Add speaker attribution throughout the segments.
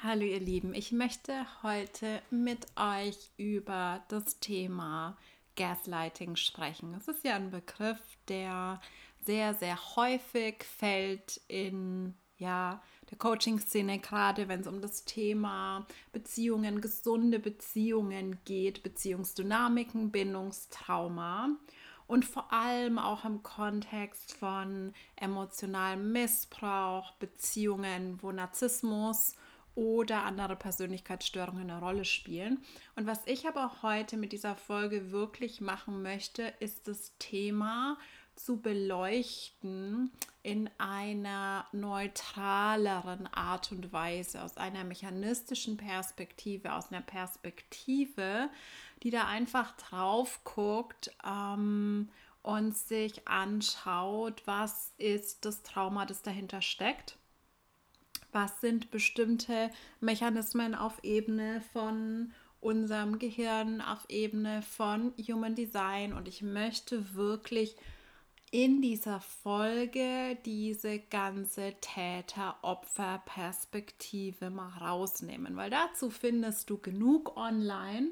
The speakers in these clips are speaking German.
Speaker 1: Hallo ihr Lieben, ich möchte heute mit euch über das Thema Gaslighting sprechen. Es ist ja ein Begriff, der sehr, sehr häufig fällt in der Coaching-Szene, gerade wenn es um das Thema Beziehungen, gesunde Beziehungen geht, Beziehungsdynamiken, Bindungstrauma. Und vor allem auch im Kontext von emotionalem Missbrauch, Beziehungen, wo Narzissmus oder andere Persönlichkeitsstörungen eine Rolle spielen. Und was ich aber heute mit dieser Folge wirklich machen möchte, ist das Thema zu beleuchten in einer neutraleren Art und Weise, aus einer mechanistischen Perspektive, aus einer Perspektive, die da einfach drauf guckt und sich anschaut, was ist das Trauma, das dahinter steckt. Was sind bestimmte Mechanismen auf Ebene von unserem Gehirn, auf Ebene von Human Design? Und ich möchte wirklich in dieser Folge diese ganze Täter-Opfer-Perspektive mal rausnehmen, weil dazu findest du genug online.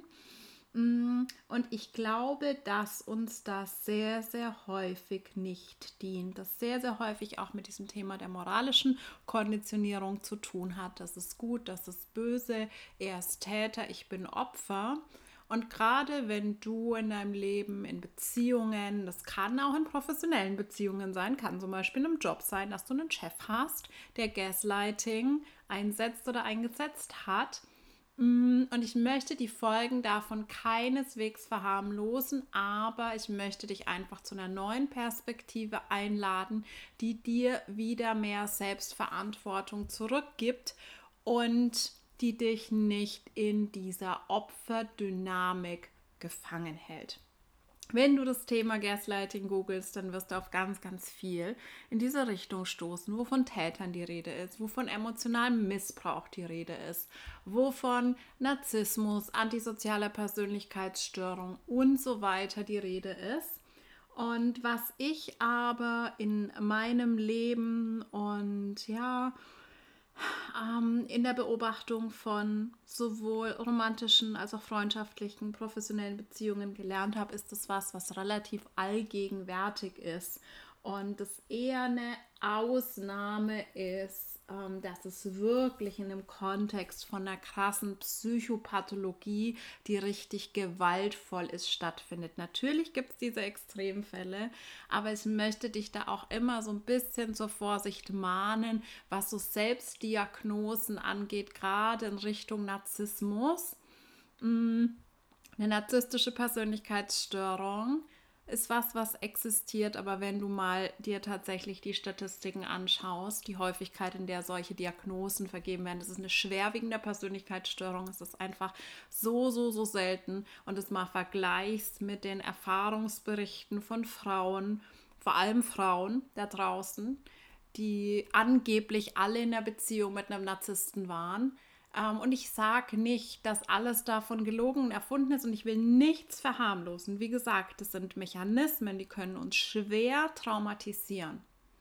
Speaker 1: Und ich glaube, dass uns das sehr, sehr häufig nicht dient, das sehr, sehr häufig auch mit diesem Thema der moralischen Konditionierung zu tun hat. Das ist gut, das ist böse, er ist Täter, ich bin Opfer. Und gerade wenn du in deinem Leben, in Beziehungen, das kann auch in professionellen Beziehungen sein, kann zum Beispiel in einem Job sein, dass du einen Chef hast, der Gaslighting einsetzt oder eingesetzt hat. Und ich möchte die Folgen davon keineswegs verharmlosen, aber ich möchte dich einfach zu einer neuen Perspektive einladen, die dir wieder mehr Selbstverantwortung zurückgibt und die dich nicht in dieser Opferdynamik gefangen hält. Wenn du das Thema Gaslighting googelst, dann wirst du auf ganz, ganz viel in diese Richtung stoßen, wovon Tätern die Rede ist, wovon emotionalem Missbrauch die Rede ist, wovon Narzissmus, antisozialer Persönlichkeitsstörung und so weiter die Rede ist. Und was ich aber in meinem Leben und in der Beobachtung von sowohl romantischen als auch freundschaftlichen, professionellen Beziehungen gelernt habe, ist das was relativ allgegenwärtig ist und das eher eine Ausnahme ist, dass es wirklich in einem Kontext von einer krassen Psychopathologie, die richtig gewaltvoll ist, stattfindet. Natürlich gibt es diese Extremfälle, aber ich möchte dich da auch immer so ein bisschen zur Vorsicht mahnen, was so Selbstdiagnosen angeht, gerade in Richtung Narzissmus. Eine narzisstische Persönlichkeitsstörung ist was existiert, aber wenn du mal dir tatsächlich die Statistiken anschaust, die Häufigkeit, in der solche Diagnosen vergeben werden, das ist eine schwerwiegende Persönlichkeitsstörung, es ist einfach so selten und es mal vergleichst mit den Erfahrungsberichten von Frauen, vor allem Frauen da draußen, die angeblich alle in der Beziehung mit einem Narzissten waren. Und ich sage nicht, dass alles davon gelogen und erfunden ist und ich will nichts verharmlosen. Wie gesagt, das sind Mechanismen, die können uns schwer traumatisieren.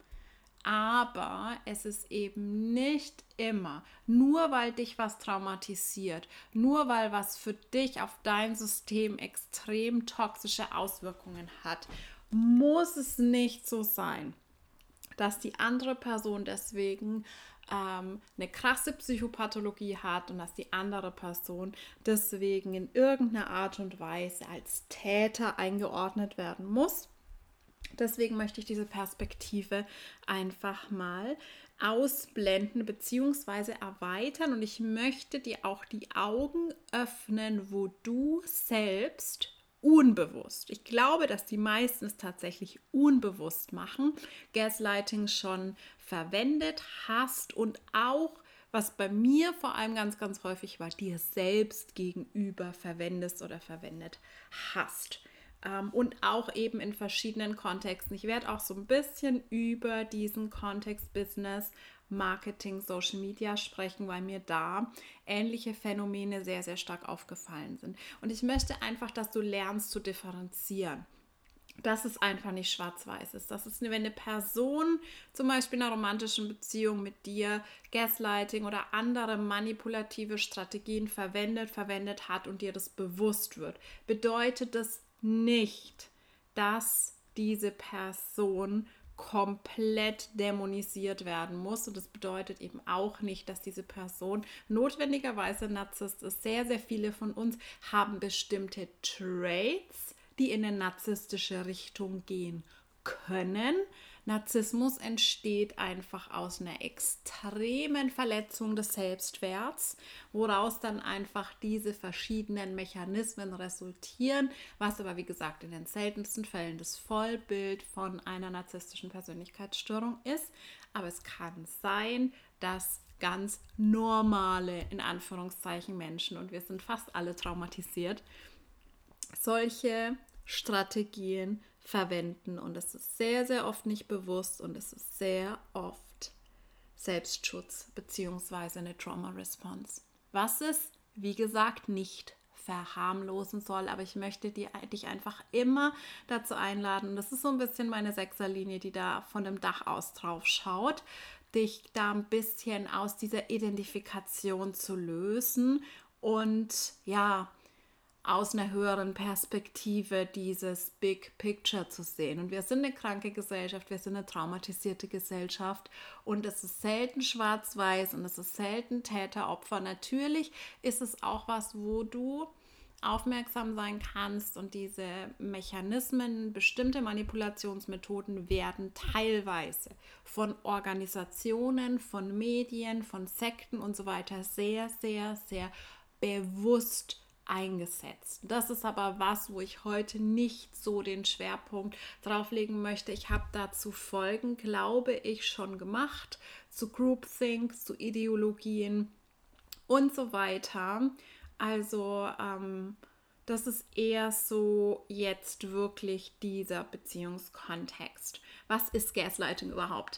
Speaker 1: Aber es ist eben nicht immer, nur weil dich was traumatisiert, nur weil was für dich auf dein System extrem toxische Auswirkungen hat, muss es nicht so sein, dass die andere Person deswegen eine krasse Psychopathologie hat und dass die andere Person deswegen in irgendeiner Art und Weise als Täter eingeordnet werden muss. Deswegen möchte ich diese Perspektive einfach mal ausblenden bzw. erweitern und ich möchte dir auch die Augen öffnen, wo du selbst unbewusst, ich glaube, dass die meisten es tatsächlich unbewusst machen, Gaslighting schon verwendet hast und auch, was bei mir vor allem ganz, ganz häufig war, dir selbst gegenüber verwendest oder verwendet hast. Und auch eben in verschiedenen Kontexten. Ich werde auch so ein bisschen über diesen Kontext Business, Marketing, Social Media sprechen, weil mir da ähnliche Phänomene sehr, sehr stark aufgefallen sind. Und ich möchte einfach, dass du lernst zu differenzieren. dass es einfach nicht schwarz-weiß ist. Das ist, wenn eine Person zum Beispiel in einer romantischen Beziehung mit dir Gaslighting oder andere manipulative Strategien verwendet hat und dir das bewusst wird, bedeutet das nicht, dass diese Person komplett dämonisiert werden muss. Und das bedeutet eben auch nicht, dass diese Person notwendigerweise Narzisst ist. Sehr, sehr viele von uns haben bestimmte Traits, die in eine narzisstische Richtung gehen können. Narzissmus entsteht einfach aus einer extremen Verletzung des Selbstwerts, woraus dann einfach diese verschiedenen Mechanismen resultieren, was aber wie gesagt in den seltensten Fällen das Vollbild von einer narzisstischen Persönlichkeitsstörung ist. Aber es kann sein, dass ganz normale, in Anführungszeichen, Menschen, und wir sind fast alle traumatisiert, solche Strategien verwenden, und es ist sehr, sehr oft nicht bewusst und es ist sehr oft Selbstschutz bzw. eine Trauma-Response. Was es, wie gesagt, nicht verharmlosen soll, aber ich möchte dich einfach immer dazu einladen, und das ist so ein bisschen meine Sechserlinie, die da von dem Dach aus drauf schaut, dich da ein bisschen aus dieser Identifikation zu lösen und ja, aus einer höheren Perspektive dieses Big Picture zu sehen. Und wir sind eine kranke Gesellschaft, wir sind eine traumatisierte Gesellschaft und es ist selten schwarz-weiß und es ist selten Täter-Opfer. Natürlich ist es auch was, wo du aufmerksam sein kannst, und diese Mechanismen, bestimmte Manipulationsmethoden werden teilweise von Organisationen, von Medien, von Sekten und so weiter sehr, sehr, sehr bewusst eingesetzt. Das ist aber was, wo ich heute nicht so den Schwerpunkt drauf legen möchte. Ich habe dazu Folgen, glaube ich, schon gemacht, zu Groupthink, zu Ideologien und so weiter. Also das ist eher so jetzt wirklich dieser Beziehungskontext. Was ist Gaslighting überhaupt?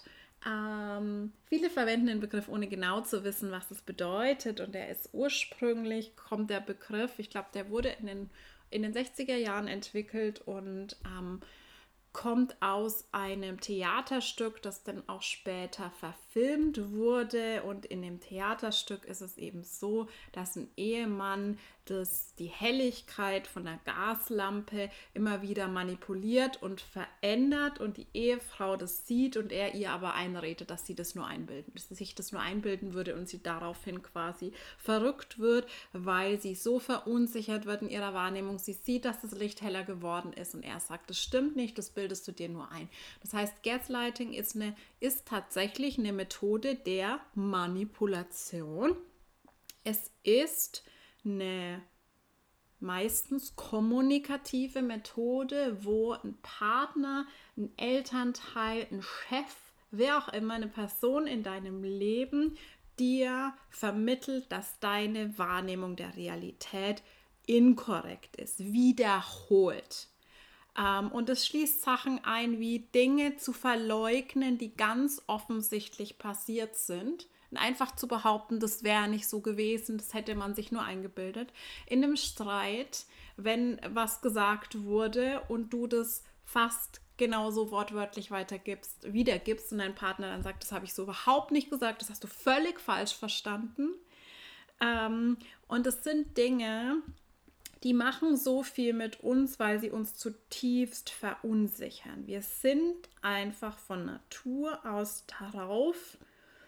Speaker 1: Viele verwenden den Begriff, ohne genau zu wissen, was es bedeutet. Und der ist ursprünglich, kommt der Begriff, ich glaube, der wurde in den 60er Jahren entwickelt und kommt aus einem Theaterstück, das dann auch später verfilmt wurde. Und in dem Theaterstück ist es eben so, dass ein Ehemann die Helligkeit von der Gaslampe immer wieder manipuliert und verändert und die Ehefrau das sieht und er ihr aber einredet, dass sie sich das nur einbilden würde und sie daraufhin quasi verrückt wird, weil sie so verunsichert wird in ihrer Wahrnehmung. Sie sieht, dass das Licht heller geworden ist und er sagt, das stimmt nicht, das bildest du dir nur ein. Das heißt, Gaslighting ist tatsächlich eine Methode der Manipulation. Es ist eine meistens kommunikative Methode, wo ein Partner, ein Elternteil, ein Chef, wer auch immer, eine Person in deinem Leben dir vermittelt, dass deine Wahrnehmung der Realität inkorrekt ist, wiederholt. Und es schließt Sachen ein, wie Dinge zu verleugnen, die ganz offensichtlich passiert sind. Und einfach zu behaupten, das wäre nicht so gewesen, das hätte man sich nur eingebildet. In einem Streit, wenn was gesagt wurde und du das fast genauso wortwörtlich wiedergibst und dein Partner dann sagt, das habe ich so überhaupt nicht gesagt, das hast du völlig falsch verstanden. Und es sind Dinge, die machen so viel mit uns, weil sie uns zutiefst verunsichern. Wir sind einfach von Natur aus darauf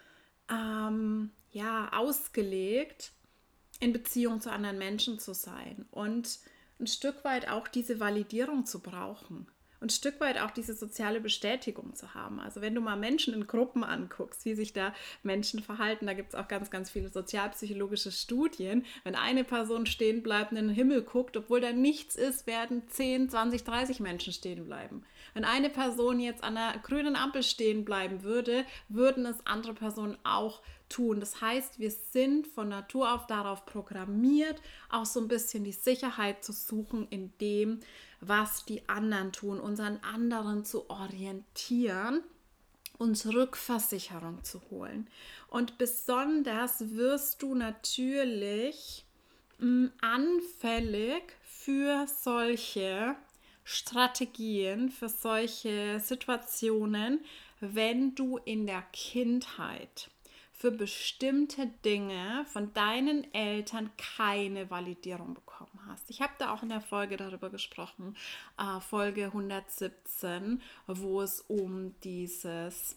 Speaker 1: ausgelegt, in Beziehung zu anderen Menschen zu sein und ein Stück weit auch diese Validierung zu brauchen. Und ein Stück weit auch diese soziale Bestätigung zu haben. Also wenn du mal Menschen in Gruppen anguckst, wie sich da Menschen verhalten, da gibt es auch ganz, ganz viele sozialpsychologische Studien. Wenn eine Person stehen bleibt und in den Himmel guckt, obwohl da nichts ist, werden 10, 20, 30 Menschen stehen bleiben. Wenn eine Person jetzt an der grünen Ampel stehen bleiben würde, würden es andere Personen auch tun. Das heißt, wir sind von Natur auf darauf programmiert, auch so ein bisschen die Sicherheit zu suchen in dem, was die anderen tun, uns an anderen zu orientieren, uns Rückversicherung zu holen. Und besonders wirst du natürlich anfällig für solche Strategien für solche Situationen, wenn du in der Kindheit für bestimmte Dinge von deinen Eltern keine Validierung bekommen hast. Ich habe da auch in der Folge darüber gesprochen, Folge 117, wo es um dieses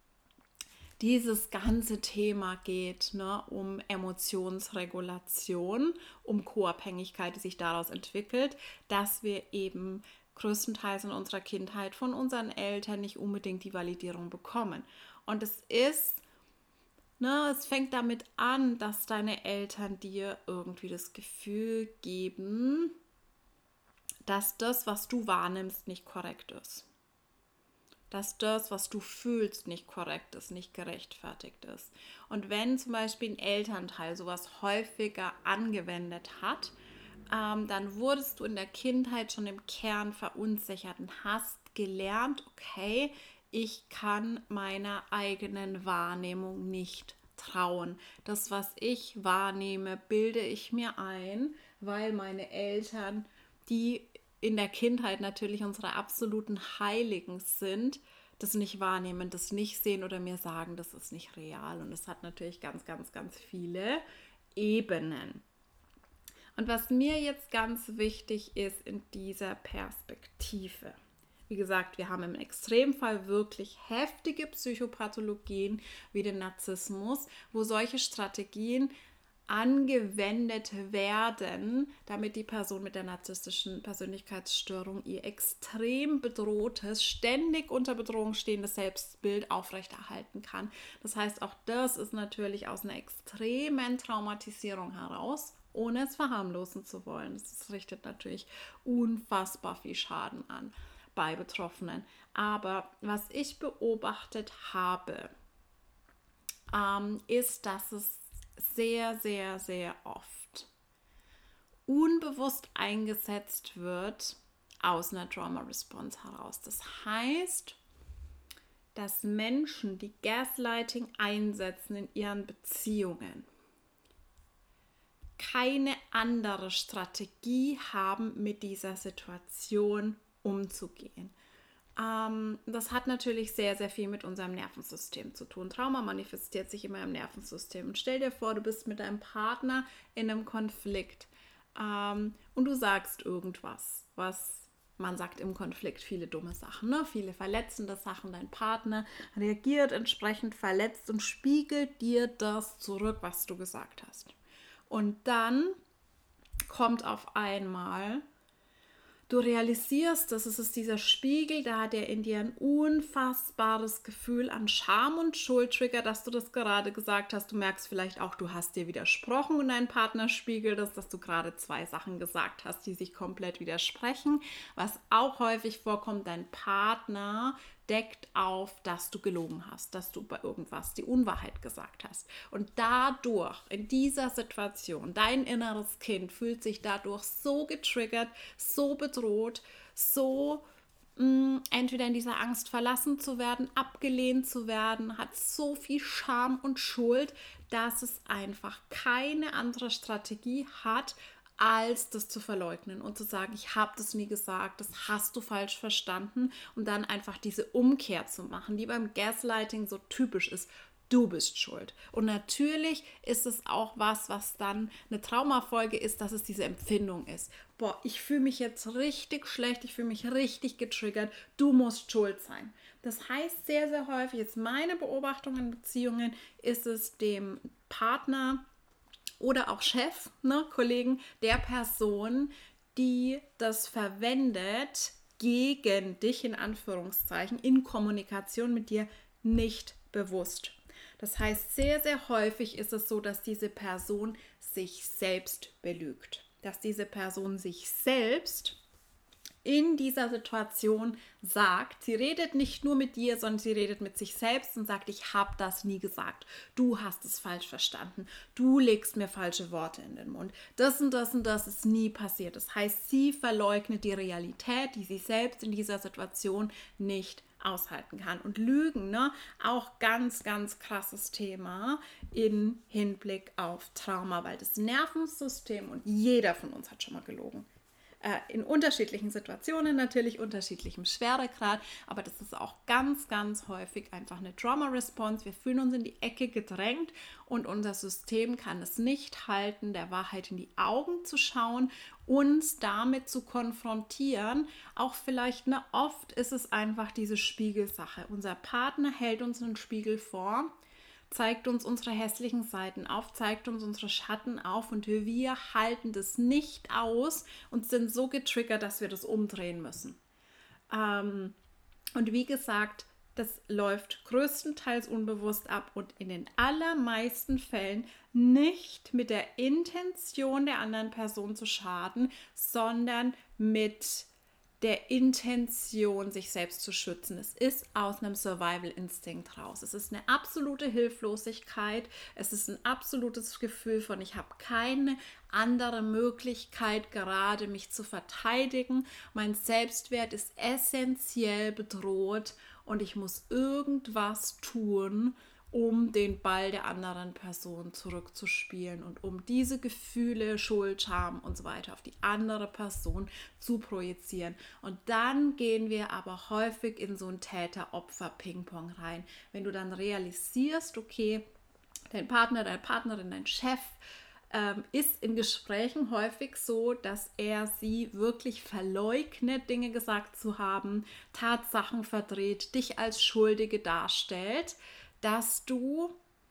Speaker 1: ganze Thema geht, ne, um Emotionsregulation, um Co-Abhängigkeit, die sich daraus entwickelt, dass wir eben größtenteils in unserer Kindheit von unseren Eltern nicht unbedingt die Validierung bekommen. Und es fängt damit an, dass deine Eltern dir irgendwie das Gefühl geben, dass das, was du wahrnimmst, nicht korrekt ist. Dass das, was du fühlst, nicht korrekt ist, nicht gerechtfertigt ist. Und wenn zum Beispiel ein Elternteil sowas häufiger angewendet hat, dann wurdest du in der Kindheit schon im Kern verunsichert und hast gelernt, okay, ich kann meiner eigenen Wahrnehmung nicht trauen. Das, was ich wahrnehme, bilde ich mir ein, weil meine Eltern, die in der Kindheit natürlich unsere absoluten Heiligen sind, das nicht wahrnehmen, das nicht sehen oder mir sagen, das ist nicht real. Und es hat natürlich ganz, ganz, ganz viele Ebenen. Und was mir jetzt ganz wichtig ist in dieser Perspektive, wie gesagt, wir haben im Extremfall wirklich heftige Psychopathologien wie den Narzissmus, wo solche Strategien angewendet werden, damit die Person mit der narzisstischen Persönlichkeitsstörung ihr extrem bedrohtes, ständig unter Bedrohung stehendes Selbstbild aufrechterhalten kann. Das heißt, auch das ist natürlich aus einer extremen Traumatisierung heraus, ohne es verharmlosen zu wollen. Das richtet natürlich unfassbar viel Schaden an bei Betroffenen. Aber was ich beobachtet habe, ist, dass es sehr, sehr, sehr oft unbewusst eingesetzt wird aus einer Trauma-Response heraus. Das heißt, dass Menschen, die Gaslighting einsetzen in ihren Beziehungen, keine andere Strategie haben, mit dieser Situation umzugehen. Das hat natürlich sehr, sehr viel mit unserem Nervensystem zu tun. Trauma manifestiert sich immer im Nervensystem. Und stell dir vor, du bist mit deinem Partner in einem Konflikt und du sagst irgendwas, man sagt im Konflikt viele dumme Sachen, ne? Viele verletzende Sachen. Dein Partner reagiert entsprechend verletzt und spiegelt dir das zurück, was du gesagt hast. Und dann kommt auf einmal, du realisierst, dass es ist dieser Spiegel, da hat er in dir ein unfassbares Gefühl an Scham und Schuld triggert, dass du das gerade gesagt hast. Du merkst vielleicht auch, du hast dir widersprochen und dein Partner spiegelt es, dass du gerade 2 Sachen gesagt hast, die sich komplett widersprechen. Was auch häufig vorkommt, dein Partner deckt auf, dass du gelogen hast, dass du bei irgendwas die Unwahrheit gesagt hast. Und dadurch, in dieser Situation, dein inneres Kind fühlt sich dadurch so getriggert, so bedroht, so entweder in dieser Angst verlassen zu werden, abgelehnt zu werden, hat so viel Scham und Schuld, dass es einfach keine andere Strategie hat, als das zu verleugnen und zu sagen, ich habe das nie gesagt, das hast du falsch verstanden und dann einfach diese Umkehr zu machen, die beim Gaslighting so typisch ist. Du bist schuld. Und natürlich ist es auch was dann eine Traumafolge ist, dass es diese Empfindung ist. Boah, ich fühle mich jetzt richtig schlecht, ich fühle mich richtig getriggert, du musst schuld sein. Das heißt sehr, sehr häufig, jetzt meine Beobachtung in Beziehungen, ist es dem Partner oder auch Chef, Kollegen, der Person, die das verwendet, gegen dich in Anführungszeichen, in Kommunikation mit dir nicht bewusst. Das heißt, sehr, sehr häufig ist es so, dass diese Person sich selbst belügt. Dass diese Person sich selbst in dieser Situation sagt, sie redet nicht nur mit dir, sondern sie redet mit sich selbst und sagt, ich habe das nie gesagt, du hast es falsch verstanden, du legst mir falsche Worte in den Mund, das und das und das ist nie passiert. Das heißt, sie verleugnet die Realität, die sie selbst in dieser Situation nicht aushalten kann. Und Lügen, auch ganz, ganz krasses Thema im Hinblick auf Trauma, weil das Nervensystem, und jeder von uns hat schon mal gelogen, in unterschiedlichen Situationen, natürlich unterschiedlichem Schweregrad, aber das ist auch ganz, ganz häufig einfach eine Trauma-Response. Wir fühlen uns in die Ecke gedrängt und unser System kann es nicht halten, der Wahrheit in die Augen zu schauen, uns damit zu konfrontieren. Auch vielleicht, oft ist es einfach diese Spiegelsache. Unser Partner hält uns einen Spiegel vor, zeigt uns unsere hässlichen Seiten auf, zeigt uns unsere Schatten auf und wir halten das nicht aus und sind so getriggert, dass wir das umdrehen müssen. Und wie gesagt, das läuft größtenteils unbewusst ab und in den allermeisten Fällen nicht mit der Intention der anderen Person zu schaden, sondern mit der Intention, sich selbst zu schützen. Es ist aus einem Survival-Instinkt raus. Es ist eine absolute Hilflosigkeit. Es ist ein absolutes Gefühl von, ich habe keine andere Möglichkeit, gerade mich zu verteidigen. Mein Selbstwert ist essentiell bedroht und ich muss irgendwas tun, um den Ball der anderen Person zurückzuspielen und um diese Gefühle, Schuld, Scham und so weiter auf die andere Person zu projizieren. Und dann gehen wir aber häufig in so ein Täter-Opfer-Ping-Pong rein. Wenn du dann realisierst, okay, dein Partner, deine Partnerin, dein Chef ist in Gesprächen häufig so, dass er sie wirklich verleugnet, Dinge gesagt zu haben, Tatsachen verdreht, dich als Schuldige darstellt, dass du,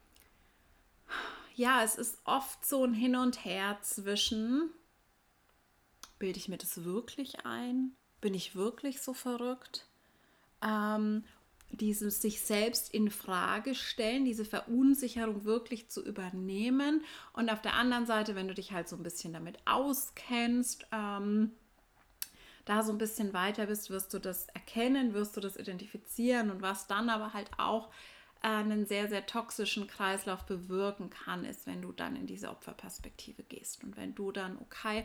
Speaker 1: es ist oft so ein Hin und Her zwischen, bilde ich mir das wirklich ein? Bin ich wirklich so verrückt? Dieses sich selbst in Frage stellen, diese Verunsicherung wirklich zu übernehmen. Und auf der anderen Seite, wenn du dich halt so ein bisschen damit auskennst, da so ein bisschen weiter bist, wirst du das erkennen, wirst du das identifizieren und was dann aber halt auch einen sehr, sehr toxischen Kreislauf bewirken kann, ist, wenn du dann in diese Opferperspektive gehst und wenn du dann,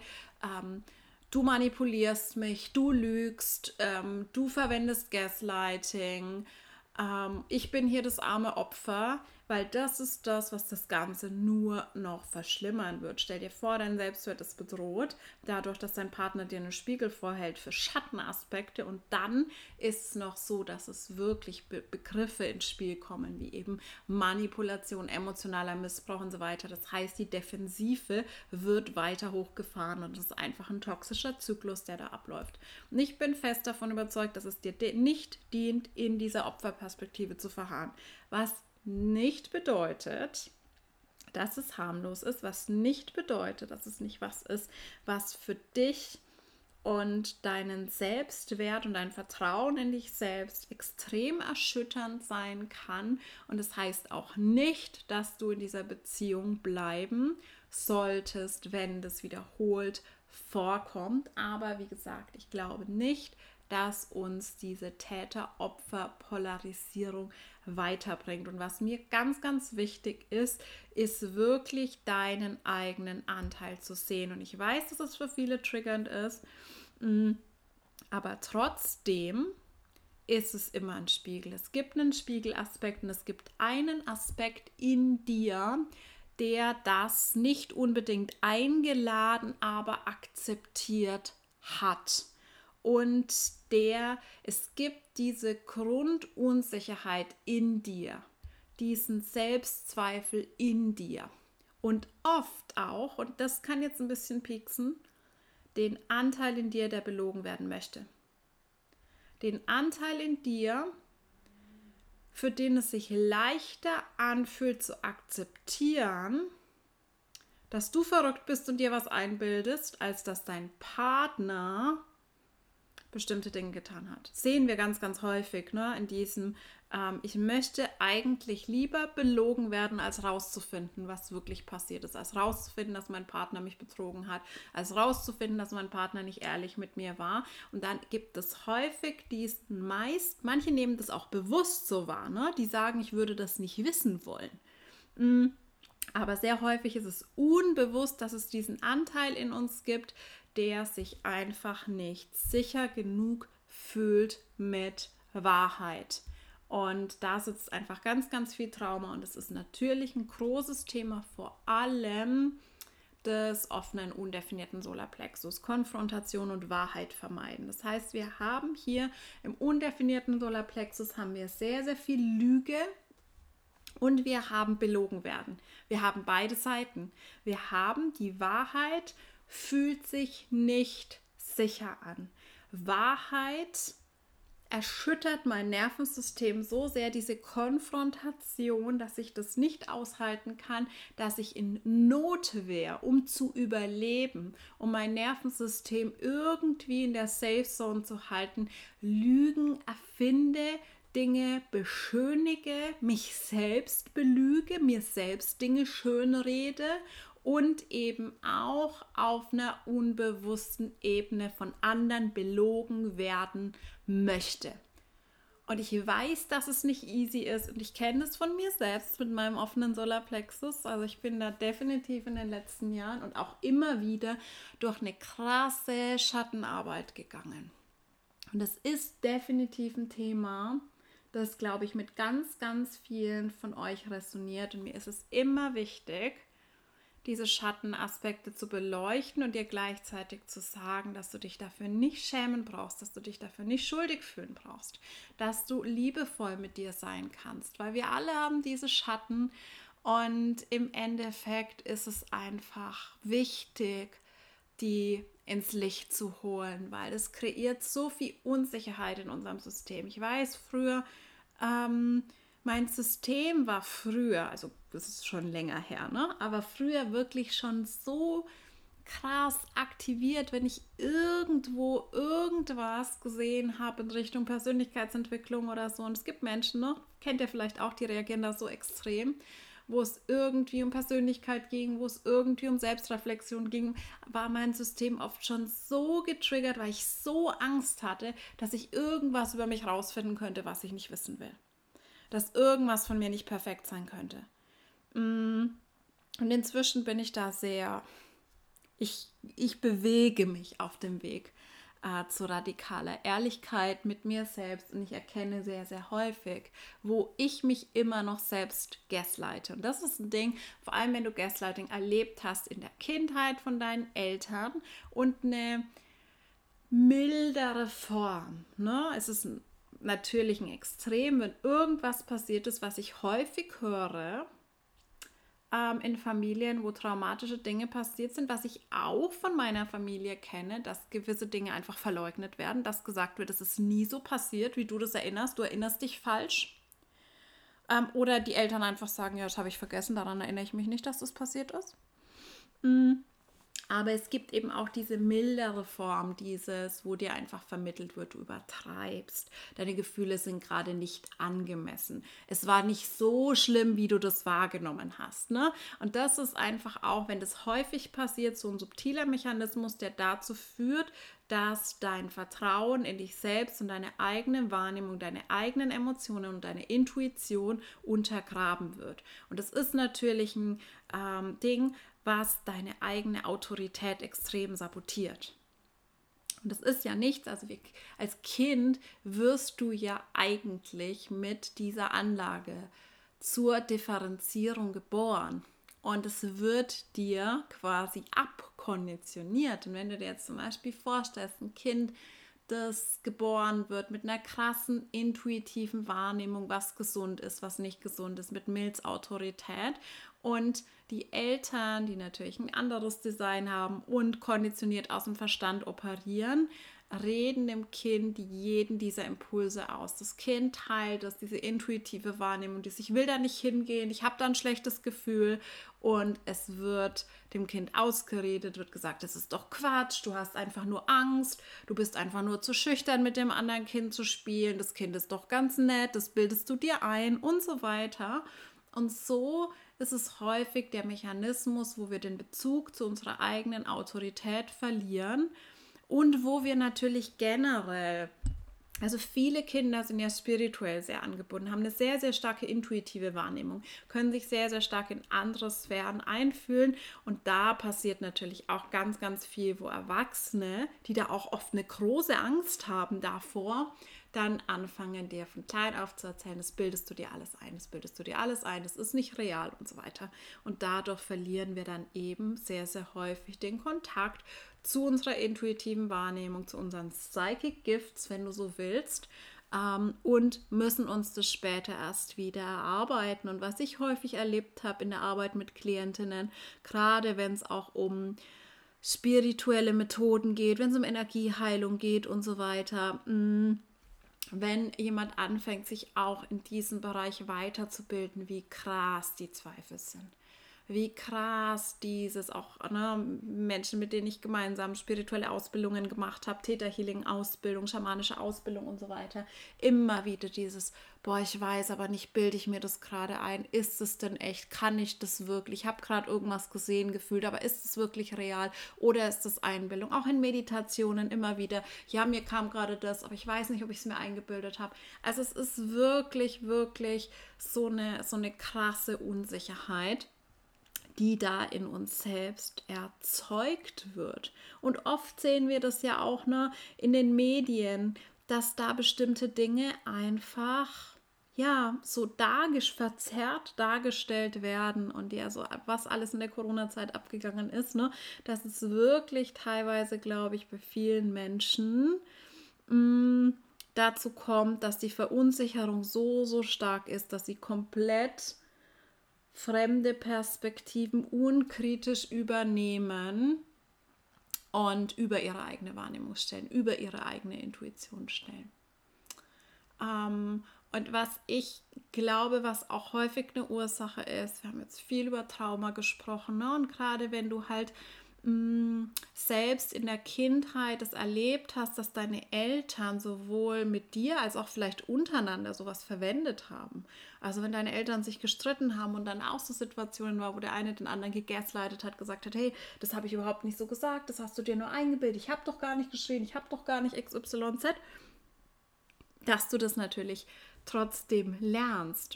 Speaker 1: du manipulierst mich, du lügst, du verwendest Gaslighting, ich bin hier das arme Opfer, weil das ist das, was das Ganze nur noch verschlimmern wird. Stell dir vor, dein Selbstwert ist bedroht, dadurch, dass dein Partner dir einen Spiegel vorhält für Schattenaspekte und dann ist es noch so, dass es wirklich Begriffe ins Spiel kommen, wie eben Manipulation, emotionaler Missbrauch und so weiter. Das heißt, die Defensive wird weiter hochgefahren und das ist einfach ein toxischer Zyklus, der da abläuft. Und ich bin fest davon überzeugt, dass es dir nicht dient, in dieser Opferperspektive zu verharren. Was nicht bedeutet, dass es harmlos ist, was nicht bedeutet, dass es nicht was ist, was für dich und deinen Selbstwert und dein Vertrauen in dich selbst extrem erschütternd sein kann. Und das heißt auch nicht, dass du in dieser Beziehung bleiben solltest, wenn das wiederholt vorkommt. Aber wie gesagt, ich glaube nicht, dass uns diese Täter-Opfer-Polarisierung weiterbringt. Und was mir ganz, ganz wichtig ist, ist wirklich deinen eigenen Anteil zu sehen. Und ich weiß, dass es für viele triggernd ist, aber trotzdem ist es immer ein Spiegel. Es gibt einen Spiegelaspekt und es gibt einen Aspekt in dir, der das nicht unbedingt eingeladen, aber akzeptiert hat. Und es gibt diese Grundunsicherheit in dir, diesen Selbstzweifel in dir und oft auch, und das kann jetzt ein bisschen pieksen, den Anteil in dir, der belogen werden möchte. Den Anteil in dir, für den es sich leichter anfühlt zu akzeptieren, dass du verrückt bist und dir was einbildest, als dass dein Partner bestimmte Dinge getan hat. Sehen wir ganz, ganz häufig, in diesem, ich möchte eigentlich lieber belogen werden, als rauszufinden, was wirklich passiert ist, als rauszufinden, dass mein Partner mich betrogen hat, als rauszufinden, dass mein Partner nicht ehrlich mit mir war. Und dann gibt es häufig manche nehmen das auch bewusst so wahr, die sagen, ich würde das nicht wissen wollen. Aber sehr häufig ist es unbewusst, dass es diesen Anteil in uns gibt, der sich einfach nicht sicher genug fühlt mit Wahrheit. Und da sitzt einfach ganz, ganz viel Trauma und es ist natürlich ein großes Thema, vor allem des offenen, undefinierten Solarplexus. Konfrontation und Wahrheit vermeiden. Das heißt, wir haben hier im undefinierten Solarplexus haben wir sehr, sehr viel Lüge und wir haben belogen werden. Wir haben beide Seiten. Wir haben die Wahrheit, fühlt sich nicht sicher an. Wahrheit erschüttert mein Nervensystem so sehr, diese Konfrontation, dass ich das nicht aushalten kann, dass ich in Not wäre, um zu überleben, um mein Nervensystem irgendwie in der Safe Zone zu halten, Lügen erfinde, Dinge beschönige, mich selbst belüge, mir selbst Dinge schönrede und eben auch auf einer unbewussten Ebene von anderen belogen werden möchte. Und ich weiß, dass es nicht easy ist und ich kenne das von mir selbst mit meinem offenen Solarplexus. Also ich bin da definitiv in den letzten Jahren und auch immer wieder durch eine krasse Schattenarbeit gegangen. Und das ist definitiv ein Thema, das, glaube ich, mit ganz, ganz vielen von euch resoniert. Und mir ist es immer wichtig, diese Schattenaspekte zu beleuchten und dir gleichzeitig zu sagen, dass du dich dafür nicht schämen brauchst, dass du dich dafür nicht schuldig fühlen brauchst, dass du liebevoll mit dir sein kannst, weil wir alle haben diese Schatten und im Endeffekt ist es einfach wichtig, die ins Licht zu holen, weil es kreiert so viel Unsicherheit in unserem System. Ich weiß, früher mein System war früher, also das ist schon länger her, ne? Aber früher wirklich schon so krass aktiviert, wenn ich irgendwo irgendwas gesehen habe in Richtung Persönlichkeitsentwicklung oder so. Und es gibt Menschen, ne? Kennt ihr vielleicht auch, die reagieren da so extrem, wo es irgendwie um Persönlichkeit ging, wo es irgendwie um Selbstreflexion ging, war mein System oft schon so getriggert, weil ich so Angst hatte, dass ich irgendwas über mich rausfinden könnte, was ich nicht wissen will. Dass irgendwas von mir nicht perfekt sein könnte. Und inzwischen bin ich da sehr, ich bewege mich auf dem Weg zu radikaler Ehrlichkeit mit mir selbst und ich erkenne sehr, sehr häufig, wo ich mich immer noch selbst gaslighte. Und das ist ein Ding, vor allem wenn du Gaslighting erlebt hast in der Kindheit von deinen Eltern und eine mildere Form. Ne? Es ist natürlich ein Extrem, wenn irgendwas passiert ist, was ich häufig höre, in Familien, wo traumatische Dinge passiert sind, was ich auch von meiner Familie kenne, dass gewisse Dinge einfach verleugnet werden, dass gesagt wird, es ist nie so passiert, wie du das erinnerst, du erinnerst dich falsch. Oder die Eltern einfach sagen, ja, das habe ich vergessen, daran erinnere ich mich nicht, dass das passiert ist. Aber es gibt eben auch diese mildere Form, wo dir einfach vermittelt wird, du übertreibst. Deine Gefühle sind gerade nicht angemessen. Es war nicht so schlimm, wie du das wahrgenommen hast. Ne? Und das ist einfach auch, wenn das häufig passiert, so ein subtiler Mechanismus, der dazu führt, dass dein Vertrauen in dich selbst und deine eigene Wahrnehmung, deine eigenen Emotionen und deine Intuition untergraben wird. Und das ist natürlich ein Ding, was deine eigene Autorität extrem sabotiert. Und das ist ja nichts, also als Kind wirst du ja eigentlich mit dieser Anlage zur Differenzierung geboren. Und es wird dir quasi abkonditioniert. Und wenn du dir jetzt zum Beispiel vorstellst, ein Kind, das geboren wird mit einer krassen intuitiven Wahrnehmung, was gesund ist, was nicht gesund ist, mit Mills Autorität und die Eltern, die natürlich ein anderes Design haben und konditioniert aus dem Verstand operieren, reden dem Kind jeden dieser Impulse aus. Das Kind teilt das, diese intuitive Wahrnehmung, ich will da nicht hingehen, ich habe da ein schlechtes Gefühl und es wird dem Kind ausgeredet, wird gesagt, das ist doch Quatsch, du hast einfach nur Angst, du bist einfach nur zu schüchtern, mit dem anderen Kind zu spielen, das Kind ist doch ganz nett, das bildest du dir ein und so weiter. Und so ist es häufig der Mechanismus, wo wir den Bezug zu unserer eigenen Autorität verlieren und wo wir natürlich generell, also viele Kinder sind ja spirituell sehr angebunden, haben eine sehr, sehr starke intuitive Wahrnehmung, können sich sehr, sehr stark in andere Sphären einfühlen und da passiert natürlich auch ganz, ganz viel, wo Erwachsene, die da auch oft eine große Angst haben davor, dann anfangen, dir von klein auf zu erzählen, das bildest du dir alles ein, das bildest du dir alles ein, das ist nicht real und so weiter. Und dadurch verlieren wir dann eben sehr, sehr häufig den Kontakt zu unserer intuitiven Wahrnehmung, zu unseren Psychic Gifts, wenn du so willst, und müssen uns das später erst wieder erarbeiten. Und was ich häufig erlebt habe in der Arbeit mit Klientinnen, gerade wenn es auch um spirituelle Methoden geht, wenn es um Energieheilung geht und so weiter, wenn jemand anfängt, sich auch in diesem Bereich weiterzubilden, wie krass die Zweifel sind. Wie krass dieses auch, Menschen, mit denen ich gemeinsam spirituelle Ausbildungen gemacht habe, Theta-Healing-Ausbildung, schamanische Ausbildung und so weiter, immer wieder dieses, ich weiß aber nicht, bilde ich mir das gerade ein, ist es denn echt, kann ich das wirklich, ich habe gerade irgendwas gesehen, gefühlt, aber ist es wirklich real oder ist es Einbildung? Auch in Meditationen immer wieder, ja, mir kam gerade das, aber ich weiß nicht, ob ich es mir eingebildet habe. Also es ist wirklich, wirklich so eine krasse Unsicherheit, die da in uns selbst erzeugt wird. Und oft sehen wir das ja auch in den Medien, dass da bestimmte Dinge einfach so verzerrt dargestellt werden und ja, so was alles in der Corona-Zeit abgegangen ist, dass es wirklich teilweise, glaube ich, bei vielen Menschen dazu kommt, dass die Verunsicherung so stark ist, dass sie komplett fremde Perspektiven unkritisch übernehmen und über ihre eigene Wahrnehmung stellen, über ihre eigene Intuition stellen. Und was ich glaube, was auch häufig eine Ursache ist, wir haben jetzt viel über Trauma gesprochen, und gerade wenn du halt selbst in der Kindheit es erlebt hast, dass deine Eltern sowohl mit dir als auch vielleicht untereinander sowas verwendet haben. Also wenn deine Eltern sich gestritten haben und dann auch so Situationen war, wo der eine den anderen gegaslightet hat, gesagt hat, hey, das habe ich überhaupt nicht so gesagt, das hast du dir nur eingebildet, ich habe doch gar nicht geschrien, ich habe doch gar nicht XYZ, dass du das natürlich trotzdem lernst.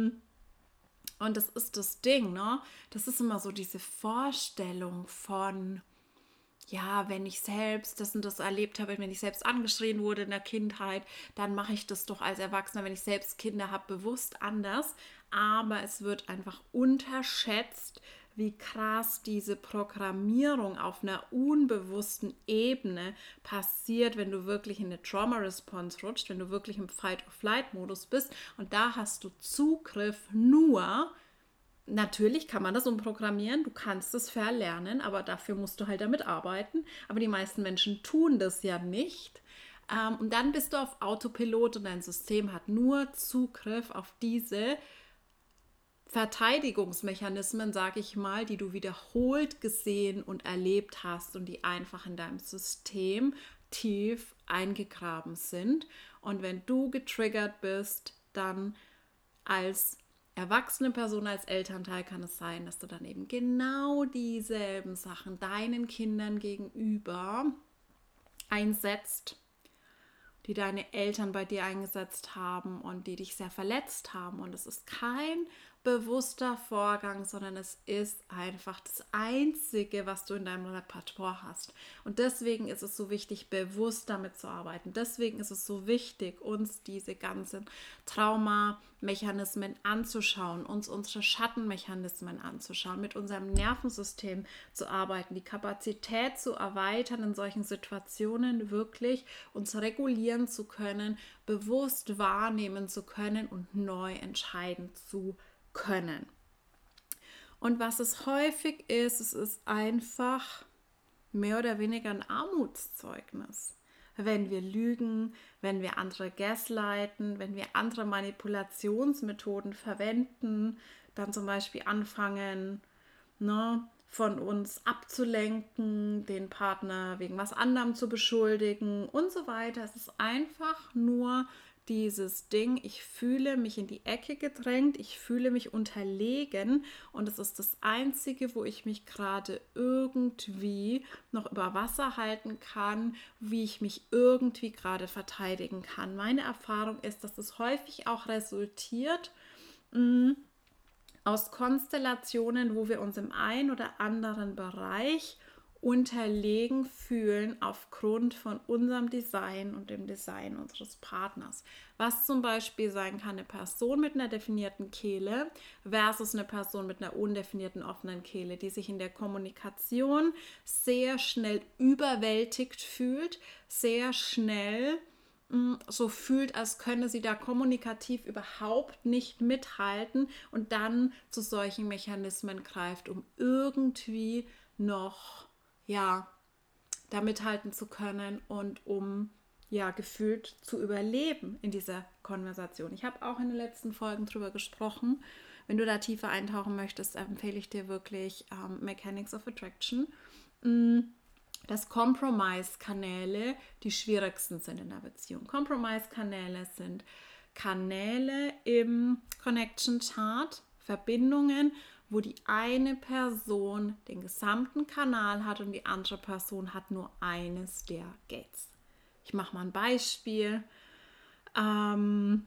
Speaker 1: Und das ist das Ding, Das ist immer so diese Vorstellung von, ja, wenn ich selbst das und das erlebt habe, wenn ich selbst angeschrien wurde in der Kindheit, dann mache ich das doch als Erwachsener, wenn ich selbst Kinder habe, bewusst anders. Aber es wird einfach unterschätzt, wie krass diese Programmierung auf einer unbewussten Ebene passiert, wenn du wirklich in eine Trauma-Response rutscht, wenn du wirklich im Fight-or-Flight-Modus bist. Und da hast du Zugriff nur, natürlich kann man das umprogrammieren, du kannst es verlernen, aber dafür musst du halt damit arbeiten. Aber die meisten Menschen tun das ja nicht. Und dann bist du auf Autopilot und dein System hat nur Zugriff auf diese Verteidigungsmechanismen, sage ich mal, die du wiederholt gesehen und erlebt hast und die einfach in deinem System tief eingegraben sind. Und wenn du getriggert bist, dann als erwachsene Person, als Elternteil kann es sein, dass du dann eben genau dieselben Sachen deinen Kindern gegenüber einsetzt, die deine Eltern bei dir eingesetzt haben und die dich sehr verletzt haben. Und es ist kein bewusster Vorgang, sondern es ist einfach das Einzige, was du in deinem Repertoire hast. Und deswegen ist es so wichtig, bewusst damit zu arbeiten. Deswegen ist es so wichtig, uns diese ganzen Traumamechanismen anzuschauen, uns unsere Schattenmechanismen anzuschauen, mit unserem Nervensystem zu arbeiten, die Kapazität zu erweitern, in solchen Situationen wirklich uns regulieren zu können, bewusst wahrnehmen zu können und neu entscheiden zu können. Und was es häufig ist, es ist einfach mehr oder weniger ein Armutszeugnis. Wenn wir lügen, wenn wir andere gaslighten, wenn wir andere Manipulationsmethoden verwenden, dann zum Beispiel anfangen, von uns abzulenken, den Partner wegen was anderem zu beschuldigen und so weiter. Es ist einfach nur dieses Ding, ich fühle mich in die Ecke gedrängt, ich fühle mich unterlegen und es ist das Einzige, wo ich mich gerade irgendwie noch über Wasser halten kann, wie ich mich irgendwie gerade verteidigen kann. Meine Erfahrung ist, dass es häufig auch resultiert aus Konstellationen, wo wir uns im einen oder anderen Bereich unterlegen fühlen aufgrund von unserem Design und dem Design unseres Partners. Was zum Beispiel sein kann, eine Person mit einer definierten Kehle versus eine Person mit einer undefinierten offenen Kehle, die sich in der Kommunikation sehr schnell überwältigt fühlt, sehr schnell so fühlt, als könne sie da kommunikativ überhaupt nicht mithalten und dann zu solchen Mechanismen greift, um irgendwie noch da mithalten zu können und um gefühlt zu überleben in dieser Konversation. Ich habe auch in den letzten Folgen drüber gesprochen. Wenn du da tiefer eintauchen möchtest, empfehle ich dir wirklich Mechanics of Attraction. Dass Compromise-Kanäle die schwierigsten sind in der Beziehung. Compromise-Kanäle sind Kanäle im Connection-Chart, Verbindungen, wo die eine Person den gesamten Kanal hat und die andere Person hat nur eines der Gates. Ich mache mal ein Beispiel. Eine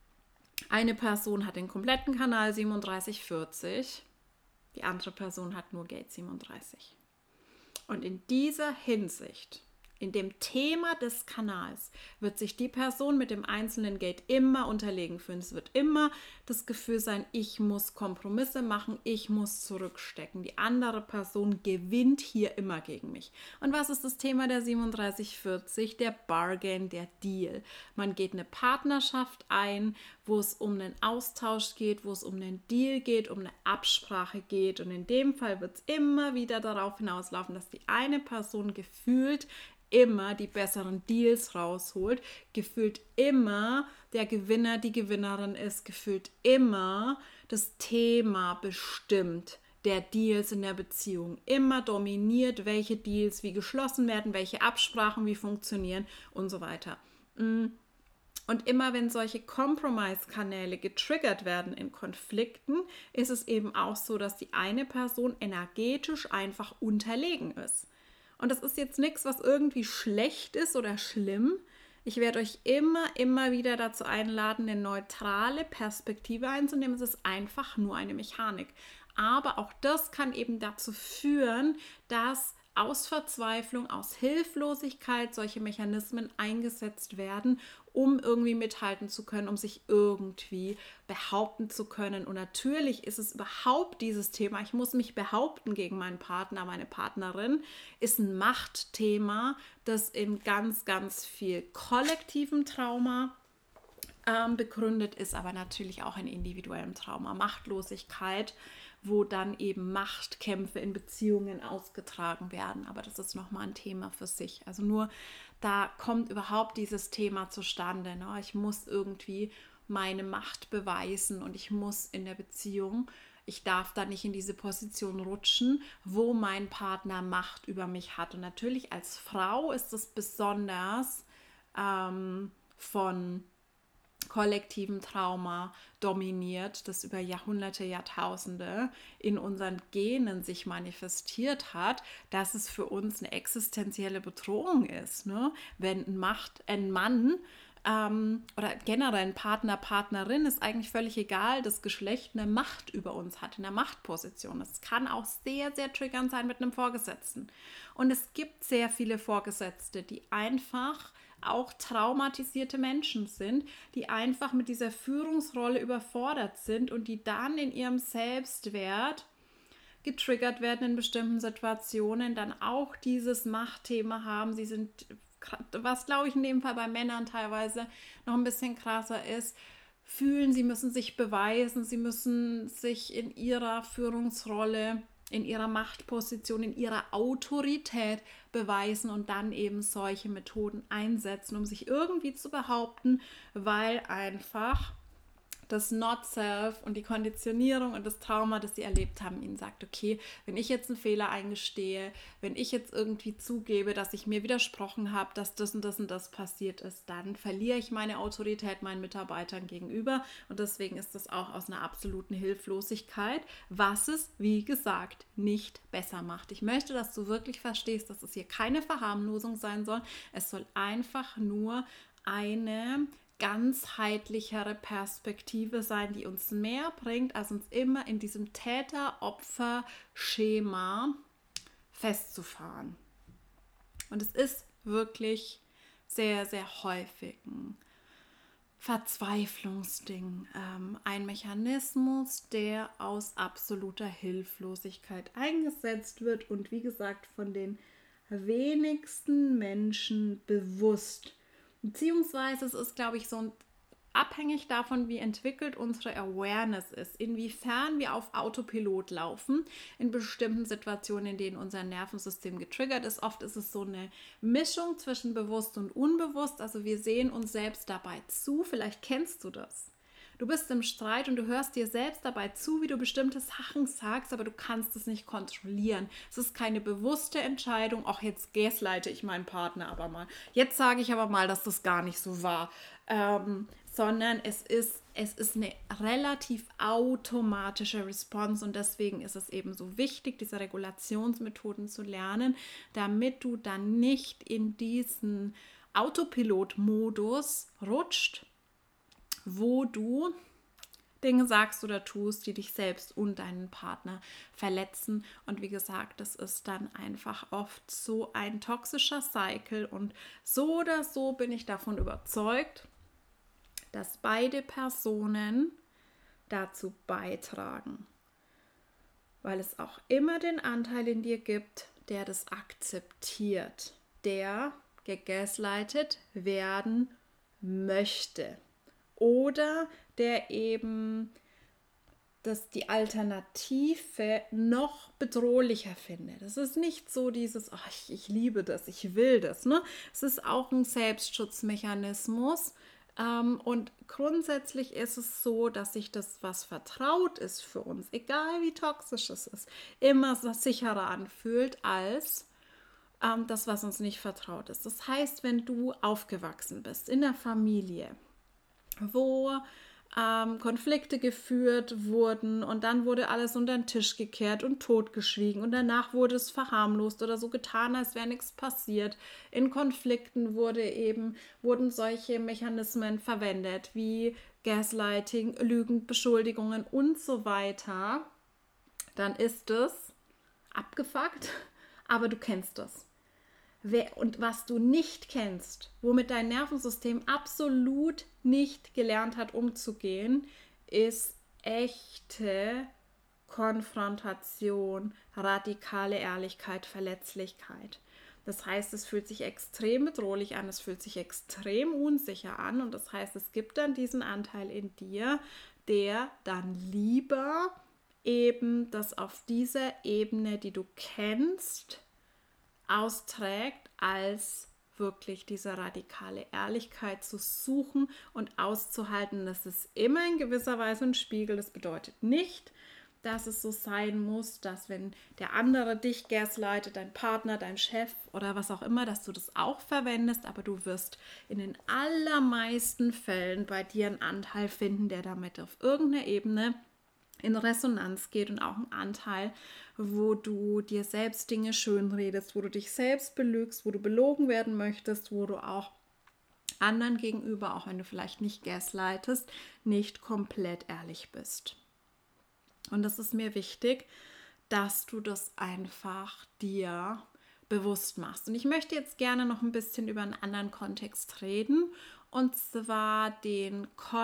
Speaker 1: Person hat den kompletten Kanal 3740, die andere Person hat nur Gate 37. Und in dieser Hinsicht, in dem Thema des Kanals, wird sich die Person mit dem einzelnen Gate immer unterlegen fühlen. Es wird immer das Gefühl sein, ich muss Kompromisse machen, ich muss zurückstecken. Die andere Person gewinnt hier immer gegen mich. Und was ist das Thema der 3740? Der Bargain, der Deal. Man geht eine Partnerschaft ein, wo es um einen Austausch geht, wo es um einen Deal geht, um eine Absprache geht. Und in dem Fall wird es immer wieder darauf hinauslaufen, dass die eine Person gefühlt immer die besseren Deals rausholt, gefühlt immer der Gewinner, die Gewinnerin ist, gefühlt immer das Thema bestimmt der Deals in der Beziehung, immer dominiert, welche Deals wie geschlossen werden, welche Absprachen wie funktionieren und so weiter. Und immer wenn solche Compromise-Kanäle getriggert werden in Konflikten, ist es eben auch so, dass die eine Person energetisch einfach unterlegen ist. Und das ist jetzt nichts, was irgendwie schlecht ist oder schlimm. Ich werde euch immer wieder dazu einladen, eine neutrale Perspektive einzunehmen. Es ist einfach nur eine Mechanik. Aber auch das kann eben dazu führen, dass aus Verzweiflung, aus Hilflosigkeit solche Mechanismen eingesetzt werden, um irgendwie mithalten zu können, um sich irgendwie behaupten zu können. Und natürlich ist es überhaupt dieses Thema, ich muss mich behaupten gegen meinen Partner, meine Partnerin, ist ein Machtthema, das in ganz, ganz viel kollektivem Trauma begründet ist, aber natürlich auch in individuellem Trauma, Machtlosigkeit, wo dann eben Machtkämpfe in Beziehungen ausgetragen werden. Aber das ist nochmal ein Thema für sich. Also nur da kommt überhaupt dieses Thema zustande. Ne? Ich muss irgendwie meine Macht beweisen und ich muss in der Beziehung, ich darf da nicht in diese Position rutschen, wo mein Partner Macht über mich hat. Und natürlich als Frau ist es besonders von kollektivem Trauma dominiert, das über Jahrhunderte, Jahrtausende in unseren Genen sich manifestiert hat, dass es für uns eine existenzielle Bedrohung ist. Ne? Wenn ein Mann oder generell ein Partner, Partnerin, ist eigentlich völlig egal, das Geschlecht eine Macht über uns hat, in der Machtposition. Es kann auch sehr, sehr triggernd sein mit einem Vorgesetzten. Und es gibt sehr viele Vorgesetzte, die einfach auch traumatisierte Menschen sind, die einfach mit dieser Führungsrolle überfordert sind und die dann in ihrem Selbstwert getriggert werden in bestimmten Situationen, dann auch dieses Machtthema haben. Sie sind, was glaube ich in dem Fall bei Männern teilweise noch ein bisschen krasser ist, fühlen, sie müssen sich beweisen, sie müssen sich in ihrer Führungsrolle, in ihrer Machtposition, in ihrer Autorität beweisen und dann eben solche Methoden einsetzen, um sich irgendwie zu behaupten, weil einfach das Not-Self und die Konditionierung und das Trauma, das sie erlebt haben, ihnen sagt, okay, wenn ich jetzt einen Fehler eingestehe, wenn ich jetzt irgendwie zugebe, dass ich mir widersprochen habe, dass das und das und das passiert ist, dann verliere ich meine Autorität meinen Mitarbeitern gegenüber und deswegen ist das auch aus einer absoluten Hilflosigkeit, was es, wie gesagt, nicht besser macht. Ich möchte, dass du wirklich verstehst, dass es hier keine Verharmlosung sein soll. Es soll einfach nur eine ganzheitlichere Perspektive sein, die uns mehr bringt, als uns immer in diesem Täter-Opfer-Schema festzufahren. Und es ist wirklich sehr, sehr häufig ein Verzweiflungsding, ein Mechanismus, der aus absoluter Hilflosigkeit eingesetzt wird und wie gesagt von den wenigsten Menschen bewusst. Beziehungsweise es ist, glaube ich, so abhängig davon, wie entwickelt unsere Awareness ist, inwiefern wir auf Autopilot laufen in bestimmten Situationen, in denen unser Nervensystem getriggert ist. Oft ist es so eine Mischung zwischen bewusst und unbewusst. Also wir sehen uns selbst dabei zu. Vielleicht kennst du das. Du bist im Streit und du hörst dir selbst dabei zu, wie du bestimmte Sachen sagst, aber du kannst es nicht kontrollieren. Es ist keine bewusste Entscheidung. Auch jetzt gaslighte ich meinen Partner aber mal. Jetzt sage ich aber mal, dass das gar nicht so war. Sondern es ist eine relativ automatische Response und deswegen ist es eben so wichtig, diese Regulationsmethoden zu lernen, damit du dann nicht in diesen Autopilot-Modus rutscht, wo du Dinge sagst oder tust, die dich selbst und deinen Partner verletzen. Und wie gesagt, das ist dann einfach oft so ein toxischer Cycle und so oder so bin ich davon überzeugt, dass beide Personen dazu beitragen, weil es auch immer den Anteil in dir gibt, der das akzeptiert, der gegaslightet werden möchte oder der eben die Alternative noch bedrohlicher findet. Es ist nicht so dieses, ich liebe das, ich will das. Ne? Es ist auch ein Selbstschutzmechanismus. Und grundsätzlich ist es so, dass sich das, was vertraut ist für uns, egal wie toxisch es ist, immer sicherer anfühlt als das, was uns nicht vertraut ist. Das heißt, wenn du aufgewachsen bist in der Familie, wo Konflikte geführt wurden und dann wurde alles unter den Tisch gekehrt und totgeschwiegen und danach wurde es verharmlost oder so getan, als wäre nichts passiert. In Konflikten wurden solche Mechanismen verwendet, wie Gaslighting, Lügen, Beschuldigungen und so weiter. Dann ist es abgefuckt, aber du kennst es. Und was du nicht kennst, womit dein Nervensystem absolut nicht gelernt hat, umzugehen, ist echte Konfrontation, radikale Ehrlichkeit, Verletzlichkeit. Das heißt, es fühlt sich extrem bedrohlich an, es fühlt sich extrem unsicher an und das heißt, es gibt dann diesen Anteil in dir, der dann lieber eben das auf dieser Ebene, die du kennst, austrägt, als wirklich diese radikale Ehrlichkeit zu suchen und auszuhalten. Das ist immer in gewisser Weise ein Spiegel. Das bedeutet nicht, dass es so sein muss, dass wenn der andere dich gaslightet, dein Partner, dein Chef oder was auch immer, dass du das auch verwendest, aber du wirst in den allermeisten Fällen bei dir einen Anteil finden, der damit auf irgendeiner Ebene in Resonanz geht und auch ein Anteil, wo du dir selbst Dinge schönredest, wo du dich selbst belügst, wo du belogen werden möchtest, wo du auch anderen gegenüber, auch wenn du vielleicht nicht gaslightest, nicht komplett ehrlich bist. Und das ist mir wichtig, dass du das einfach dir bewusst machst. Und ich möchte jetzt gerne noch ein bisschen über einen anderen Kontext reden, und zwar den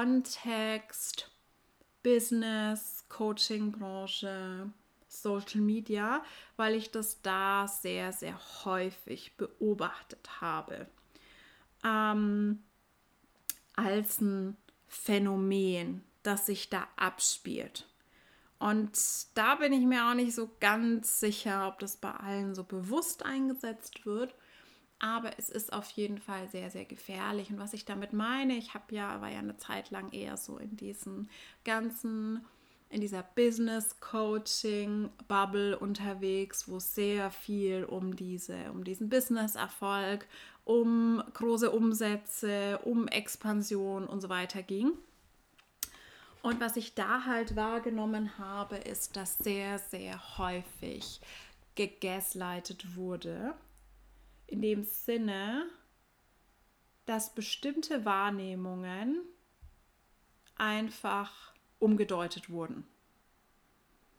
Speaker 1: Kontext Business, Coaching-Branche, Social Media, weil ich das da sehr, sehr häufig beobachtet habe. Als ein Phänomen, das sich da abspielt. Und da bin ich mir auch nicht so ganz sicher, ob das bei allen so bewusst eingesetzt wird. Aber es ist auf jeden Fall sehr, sehr gefährlich. Und was ich damit meine, war ja eine Zeit lang eher so in dieser Business-Coaching-Bubble unterwegs, wo sehr viel um diesen Business-Erfolg, um große Umsätze, um Expansion und so weiter ging. Und was ich da halt wahrgenommen habe, ist, dass sehr, sehr häufig gegaslightet wurde. In dem Sinne, dass bestimmte Wahrnehmungen einfach umgedeutet wurden.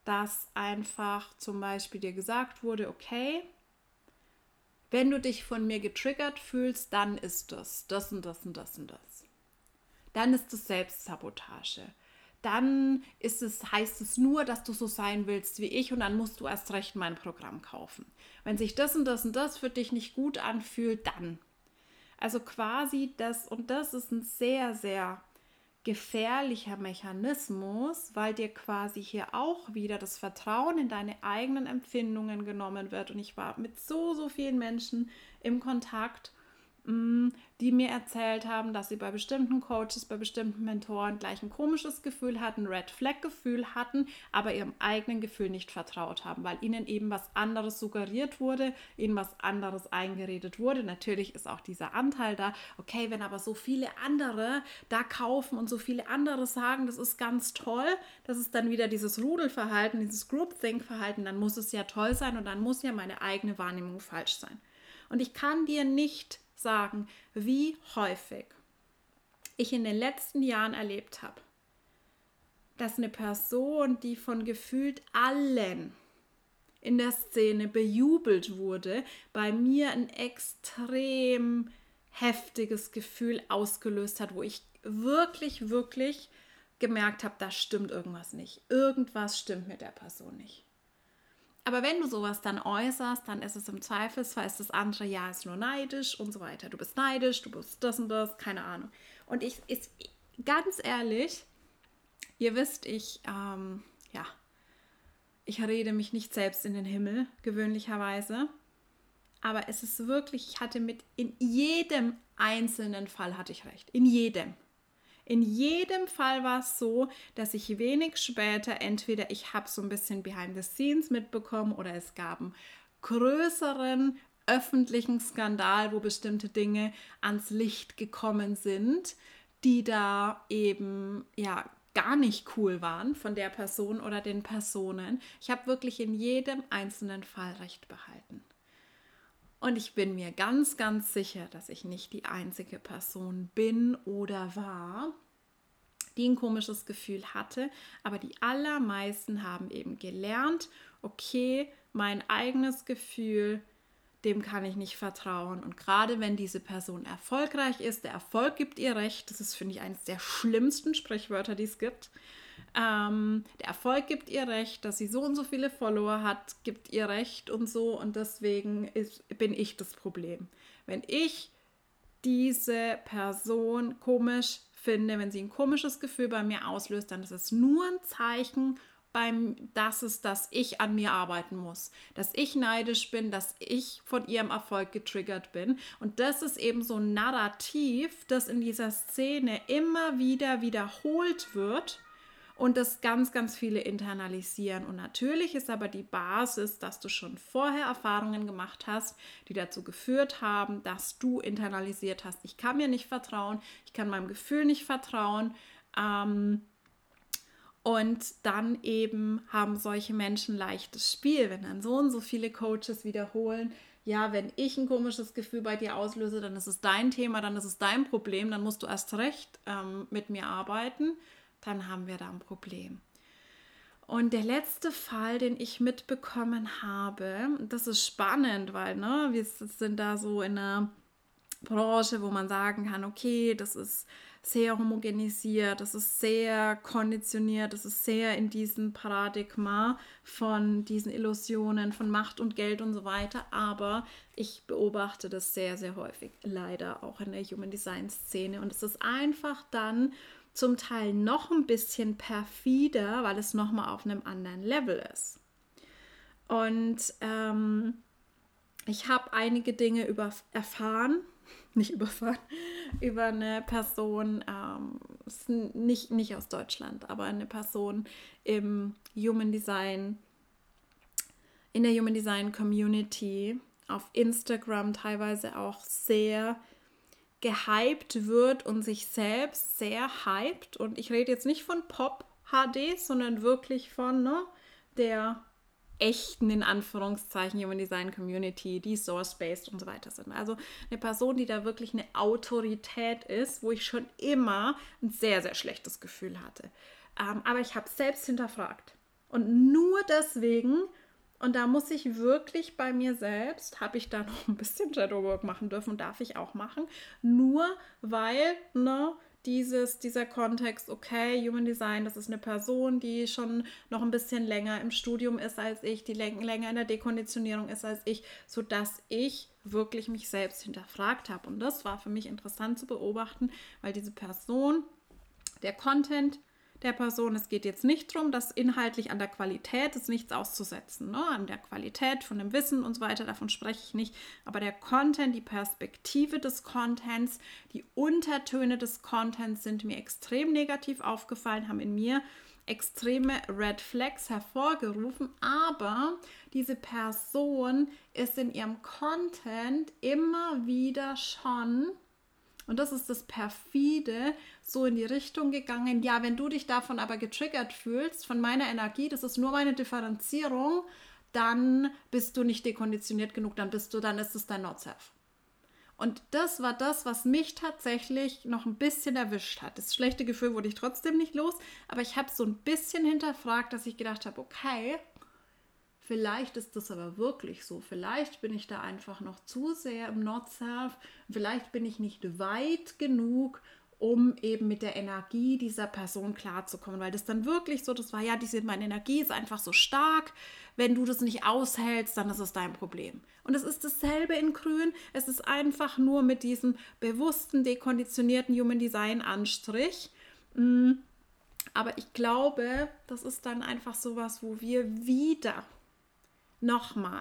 Speaker 1: dass einfach zum Beispiel dir gesagt wurde, okay, wenn du dich von mir getriggert fühlst, dann ist das und das und das und das. Dann ist es Selbstsabotage. Dann heißt es nur, dass du so sein willst wie ich und dann musst du erst recht mein Programm kaufen. Wenn sich das und das und das für dich nicht gut anfühlt, dann. Also quasi das und das ist ein sehr, sehr gefährlicher Mechanismus, weil dir quasi hier auch wieder das Vertrauen in deine eigenen Empfindungen genommen wird. Und ich war mit so vielen Menschen im Kontakt, die mir erzählt haben, dass sie bei bestimmten Coaches, bei bestimmten Mentoren gleich ein komisches Gefühl hatten, Red Flag Gefühl hatten, aber ihrem eigenen Gefühl nicht vertraut haben, weil ihnen eben was anderes suggeriert wurde, ihnen was anderes eingeredet wurde. Natürlich ist auch dieser Anteil da, okay, wenn aber so viele andere da kaufen und so viele andere sagen, das ist ganz toll, das ist dann wieder dieses Rudelverhalten, dieses Groupthink-Verhalten, dann muss es ja toll sein und dann muss ja meine eigene Wahrnehmung falsch sein. Und ich kann dir nicht sagen, wie häufig ich in den letzten Jahren erlebt habe, dass eine Person, die von gefühlt allen in der Szene bejubelt wurde, bei mir ein extrem heftiges Gefühl ausgelöst hat, wo ich wirklich, wirklich gemerkt habe, da stimmt irgendwas nicht. Irgendwas stimmt mit der Person nicht. Aber wenn du sowas dann äußerst, dann ist es im Zweifelsfall, ist das andere, ja, ist nur neidisch und so weiter. Du bist neidisch, du bist das und das, keine Ahnung. Und ganz ehrlich, ihr wisst, ich rede mich nicht selbst in den Himmel, gewöhnlicherweise. Aber es ist wirklich, in jedem einzelnen Fall hatte ich recht. In jedem. In jedem Fall war es so, dass ich wenig später entweder ich habe so ein bisschen behind the scenes mitbekommen oder es gab einen größeren öffentlichen Skandal, wo bestimmte Dinge ans Licht gekommen sind, die da eben gar nicht cool waren von der Person oder den Personen. Ich habe wirklich in jedem einzelnen Fall Recht behalten. Und ich bin mir ganz, ganz sicher, dass ich nicht die einzige Person bin oder war, die ein komisches Gefühl hatte. Aber die allermeisten haben eben gelernt, okay, mein eigenes Gefühl, dem kann ich nicht vertrauen. Und gerade wenn diese Person erfolgreich ist, der Erfolg gibt ihr recht. Das ist, finde ich, eines der schlimmsten Sprichwörter, die es gibt. Der Erfolg gibt ihr recht, dass sie so und so viele Follower hat, gibt ihr recht und so. Und deswegen bin ich das Problem. Wenn ich diese Person komisch finde, wenn sie ein komisches Gefühl bei mir auslöst, dann ist es nur ein Zeichen, dass ich an mir arbeiten muss, dass ich neidisch bin, dass ich von ihrem Erfolg getriggert bin. Und das ist eben so ein Narrativ, das in dieser Szene immer wieder wiederholt wird und das ganz, ganz viele internalisieren. Und natürlich ist aber die Basis, dass du schon vorher Erfahrungen gemacht hast, die dazu geführt haben, dass du internalisiert hast, ich kann mir nicht vertrauen, ich kann meinem Gefühl nicht vertrauen. Und dann eben haben solche Menschen leichtes Spiel, wenn dann so und so viele Coaches wiederholen, ja, wenn ich ein komisches Gefühl bei dir auslöse, dann ist es dein Thema, dann ist es dein Problem, dann musst du erst recht mit mir arbeiten, dann haben wir da ein Problem. Und der letzte Fall, den ich mitbekommen habe, das ist spannend, weil wir sind da so in einer Branche, wo man sagen kann, okay, das ist sehr homogenisiert, das ist sehr konditioniert, das ist sehr in diesem Paradigma von diesen Illusionen von Macht und Geld und so weiter, aber ich beobachte das sehr, sehr häufig, leider auch in der Human Design Szene und es ist einfach dann zum Teil noch ein bisschen perfider, weil es nochmal auf einem anderen Level ist. Und ich habe einige Dinge über eine Person, nicht aus Deutschland, aber eine Person im Human Design, in der Human Design Community auf Instagram teilweise auch sehr gehypt wird und sich selbst sehr hypt. Und ich rede jetzt nicht von Pop-HD, sondern wirklich von der echten, in Anführungszeichen, Human Design Community, die Source-Based und so weiter sind. Also eine Person, die da wirklich eine Autorität ist, wo ich schon immer ein sehr, sehr schlechtes Gefühl hatte. Aber ich habe es selbst hinterfragt. Und nur deswegen, und da muss ich wirklich bei mir selbst, habe ich da noch ein bisschen Shadowwork machen dürfen und darf ich auch machen, nur weil, ne, dieser Kontext, okay, Human Design, das ist eine Person, die schon noch ein bisschen länger im Studium ist als ich, die länger in der Dekonditionierung ist als ich, sodass ich wirklich mich selbst hinterfragt habe. Und das war für mich interessant zu beobachten, weil diese Person, der Content der Person, es geht jetzt nicht darum, dass inhaltlich an der Qualität ist nichts auszusetzen, ne? An der Qualität von dem Wissen und so weiter, davon spreche ich nicht, aber der Content, die Perspektive des Contents, die Untertöne des Contents sind mir extrem negativ aufgefallen, haben in mir extreme Red Flags hervorgerufen, aber diese Person ist in ihrem Content immer wieder schon, und das ist das Perfide, so in die Richtung gegangen, ja, wenn du dich davon aber getriggert fühlst, von meiner Energie, das ist nur meine Differenzierung, dann bist du nicht dekonditioniert genug, dann ist es dein Not-Self. Und das war das, was mich tatsächlich noch ein bisschen erwischt hat. Das schlechte Gefühl wurde ich trotzdem nicht los, aber ich habe so ein bisschen hinterfragt, dass ich gedacht habe, okay, vielleicht ist das aber wirklich so. Vielleicht bin ich da einfach noch zu sehr im Not-Self. Vielleicht bin ich nicht weit genug, um eben mit der Energie dieser Person klarzukommen. Weil das dann wirklich so, das war ja, meine Energie ist einfach so stark. Wenn du das nicht aushältst, dann ist es dein Problem. Und es ist dasselbe in Grün. Es ist einfach nur mit diesem bewussten, dekonditionierten Human Design Anstrich. Aber ich glaube, das ist dann einfach sowas, wo wir wieder nochmal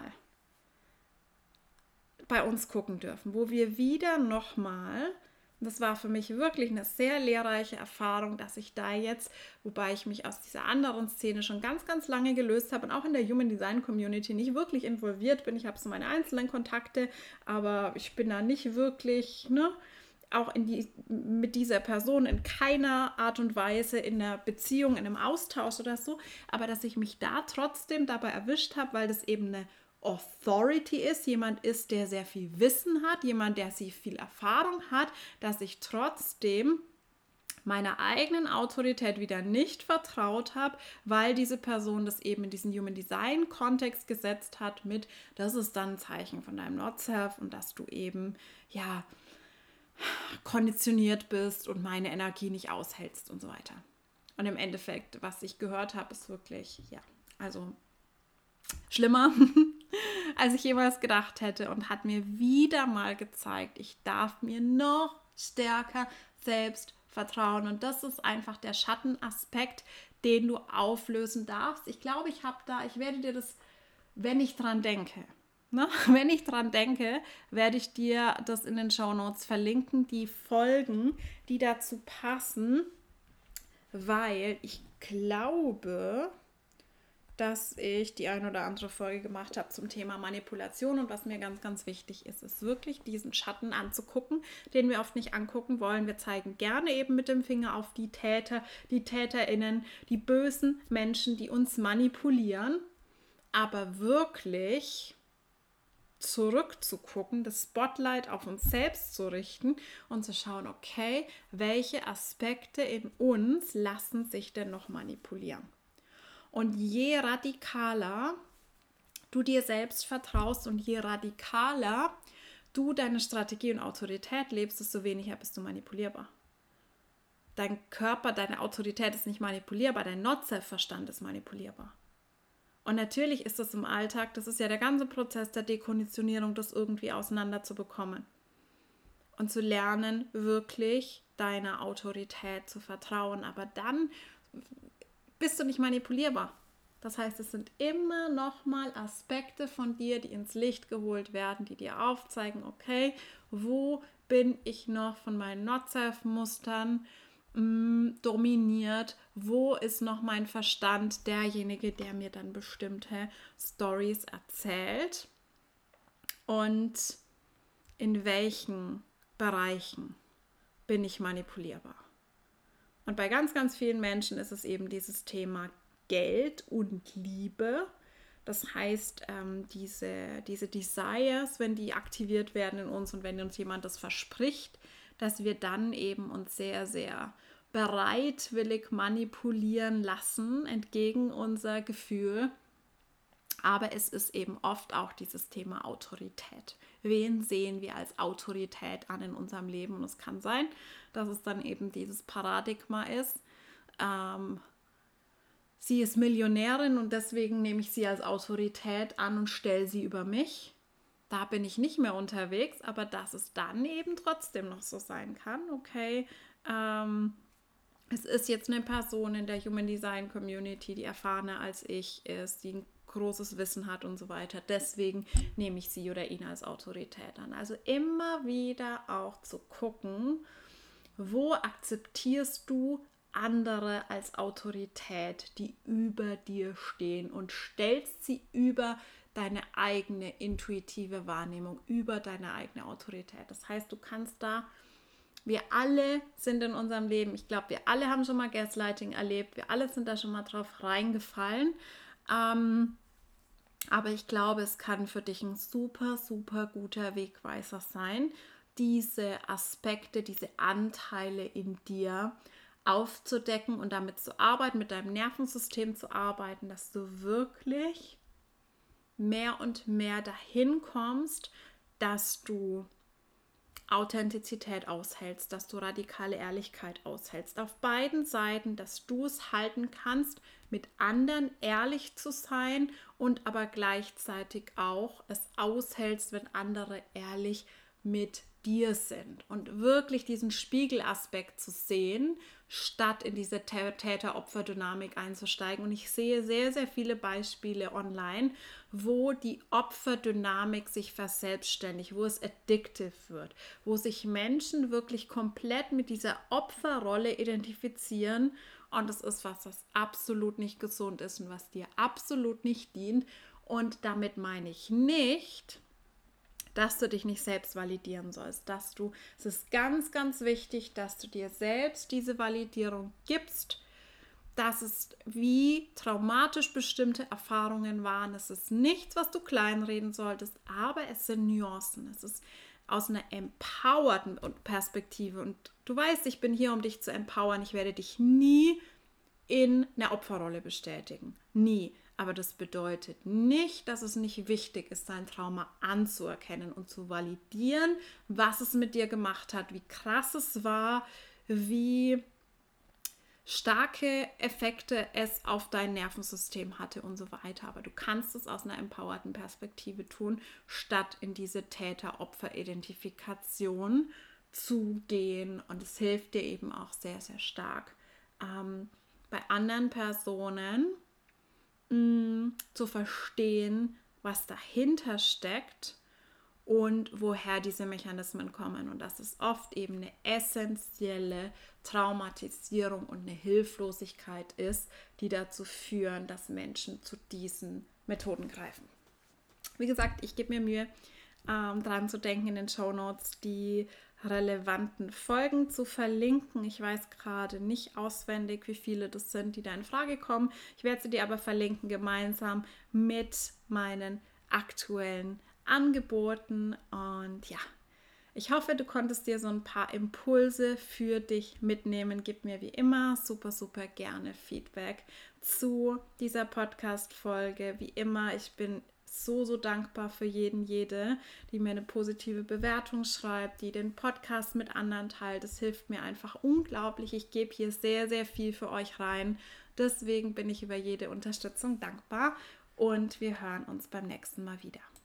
Speaker 1: bei uns gucken dürfen, wo wir wieder nochmal, das war für mich wirklich eine sehr lehrreiche Erfahrung, dass ich da jetzt, wobei ich mich aus dieser anderen Szene schon ganz, ganz lange gelöst habe und auch in der Human Design Community nicht wirklich involviert bin. Ich habe so meine einzelnen Kontakte, aber ich bin da nicht wirklich, auch mit dieser Person in keiner Art und Weise in einer Beziehung, in einem Austausch oder so, aber dass ich mich da trotzdem dabei erwischt habe, weil das eben eine Authority ist, jemand ist, der sehr viel Wissen hat, jemand, der sehr viel Erfahrung hat, dass ich trotzdem meiner eigenen Autorität wieder nicht vertraut habe, weil diese Person das eben in diesen Human Design Kontext gesetzt hat mit, das ist dann ein Zeichen von deinem Not-Self und dass du eben, ja, konditioniert bist und meine Energie nicht aushältst und so weiter. Und im Endeffekt, was ich gehört habe, ist wirklich, ja, also schlimmer, als ich jemals gedacht hätte und hat mir wieder mal gezeigt, ich darf mir noch stärker selbst vertrauen. Und das ist einfach der Schattenaspekt, den du auflösen darfst. Ich glaube, ich werde dir das, wenn ich dran denke, wenn ich dran denke, werde ich dir das in den Shownotes verlinken, die Folgen, die dazu passen, weil ich glaube, dass ich die ein oder andere Folge gemacht habe zum Thema Manipulation und was mir ganz, ganz wichtig ist, ist wirklich diesen Schatten anzugucken, den wir oft nicht angucken wollen. Wir zeigen gerne eben mit dem Finger auf die Täter, die TäterInnen, die bösen Menschen, die uns manipulieren, aber wirklich zurückzugucken, das Spotlight auf uns selbst zu richten und zu schauen, okay, welche Aspekte in uns lassen sich denn noch manipulieren? Und je radikaler du dir selbst vertraust und je radikaler du deine Strategie und Autorität lebst, desto weniger bist du manipulierbar. Dein Körper, deine Autorität ist nicht manipulierbar, dein Not-Self-Verstand ist manipulierbar. Und natürlich ist das im Alltag, das ist ja der ganze Prozess der Dekonditionierung, das irgendwie auseinander zu bekommen. Und zu lernen, wirklich deiner Autorität zu vertrauen. Aber dann bist du nicht manipulierbar. Das heißt, es sind immer noch mal Aspekte von dir, die ins Licht geholt werden, die dir aufzeigen, okay, wo bin ich noch von meinen Not-Self-Mustern dominiert, wo ist noch mein Verstand, derjenige, der mir dann bestimmte Stories erzählt und in welchen Bereichen bin ich manipulierbar. Und bei ganz, ganz vielen Menschen ist es eben dieses Thema Geld und Liebe. Das heißt, diese Desires, wenn die aktiviert werden in uns und wenn uns jemand das verspricht, dass wir dann eben uns sehr, sehr bereitwillig manipulieren lassen, entgegen unser Gefühl. Aber es ist eben oft auch dieses Thema Autorität. Wen sehen wir als Autorität an in unserem Leben? Und es kann sein, dass es dann eben dieses Paradigma ist. Sie ist Millionärin und deswegen nehme ich sie als Autorität an und stelle sie über mich. Da bin ich nicht mehr unterwegs, aber dass es dann eben trotzdem noch so sein kann. Okay, es ist jetzt eine Person in der Human Design Community, die erfahrener als ich ist, die ein großes Wissen hat und so weiter. Deswegen nehme ich sie oder ihn als Autorität an. Also immer wieder auch zu gucken, wo akzeptierst du andere als Autorität, die über dir stehen, und stellst sie über deine eigene intuitive Wahrnehmung, über deine eigene Autorität. Das heißt, du kannst da, wir alle sind in unserem Leben, ich glaube, wir alle haben schon mal Gaslighting erlebt, wir alle sind da schon mal drauf reingefallen. Aber ich glaube, es kann für dich ein super, super guter Wegweiser sein, diese Aspekte, diese Anteile in dir aufzudecken und damit zu arbeiten, mit deinem Nervensystem zu arbeiten, dass du wirklich mehr und mehr dahin kommst, dass du Authentizität aushältst, dass du radikale Ehrlichkeit aushältst. Auf beiden Seiten, dass du es halten kannst, mit anderen ehrlich zu sein und aber gleichzeitig auch es aushältst, wenn andere ehrlich mit dir sind. Und wirklich diesen Spiegelaspekt zu sehen, statt in diese Täter-Opfer-Dynamik einzusteigen. Und ich sehe sehr, sehr viele Beispiele online, wo die Opferdynamik sich verselbstständigt, wo es addictive wird, wo sich Menschen wirklich komplett mit dieser Opferrolle identifizieren. Und das ist was absolut nicht gesund ist und was dir absolut nicht dient. Und damit meine ich nicht, dass du dich nicht selbst validieren sollst, es ist ganz, ganz wichtig, dass du dir selbst diese Validierung gibst. Das ist, wie traumatisch bestimmte Erfahrungen waren. Es ist nichts, was du kleinreden solltest, aber es sind Nuancen. Es ist aus einer empowerten Perspektive. Und du weißt, ich bin hier, um dich zu empowern. Ich werde dich nie in eine Opferrolle bestätigen. Nie. Aber das bedeutet nicht, dass es nicht wichtig ist, dein Trauma anzuerkennen und zu validieren, was es mit dir gemacht hat, wie krass es war, wie starke Effekte es auf dein Nervensystem hatte und so weiter. Aber du kannst es aus einer empowerten Perspektive tun, statt in diese Täter-Opfer-Identifikation zu gehen. Und es hilft dir eben auch sehr, sehr stark, bei anderen Personen zu verstehen, was dahinter steckt und woher diese Mechanismen kommen. Und dass es oft eben eine essentielle Traumatisierung und eine Hilflosigkeit ist, die dazu führen, dass Menschen zu diesen Methoden greifen. Wie gesagt, ich gebe mir Mühe, dran zu denken, in den Shownotes die relevanten Folgen zu verlinken. Ich weiß gerade nicht auswendig, wie viele das sind, die da in Frage kommen. Ich werde sie dir aber verlinken, gemeinsam mit meinen aktuellen Angeboten. Und ja, ich hoffe, du konntest dir so ein paar Impulse für dich mitnehmen. Gib mir wie immer super, super gerne Feedback zu dieser Podcast-Folge. Wie immer, ich bin so dankbar für jede, die mir eine positive Bewertung schreibt, die den Podcast mit anderen teilt. Das hilft mir einfach unglaublich. Ich gebe hier sehr, sehr viel für euch rein. Deswegen bin ich über jede Unterstützung dankbar und wir hören uns beim nächsten Mal wieder.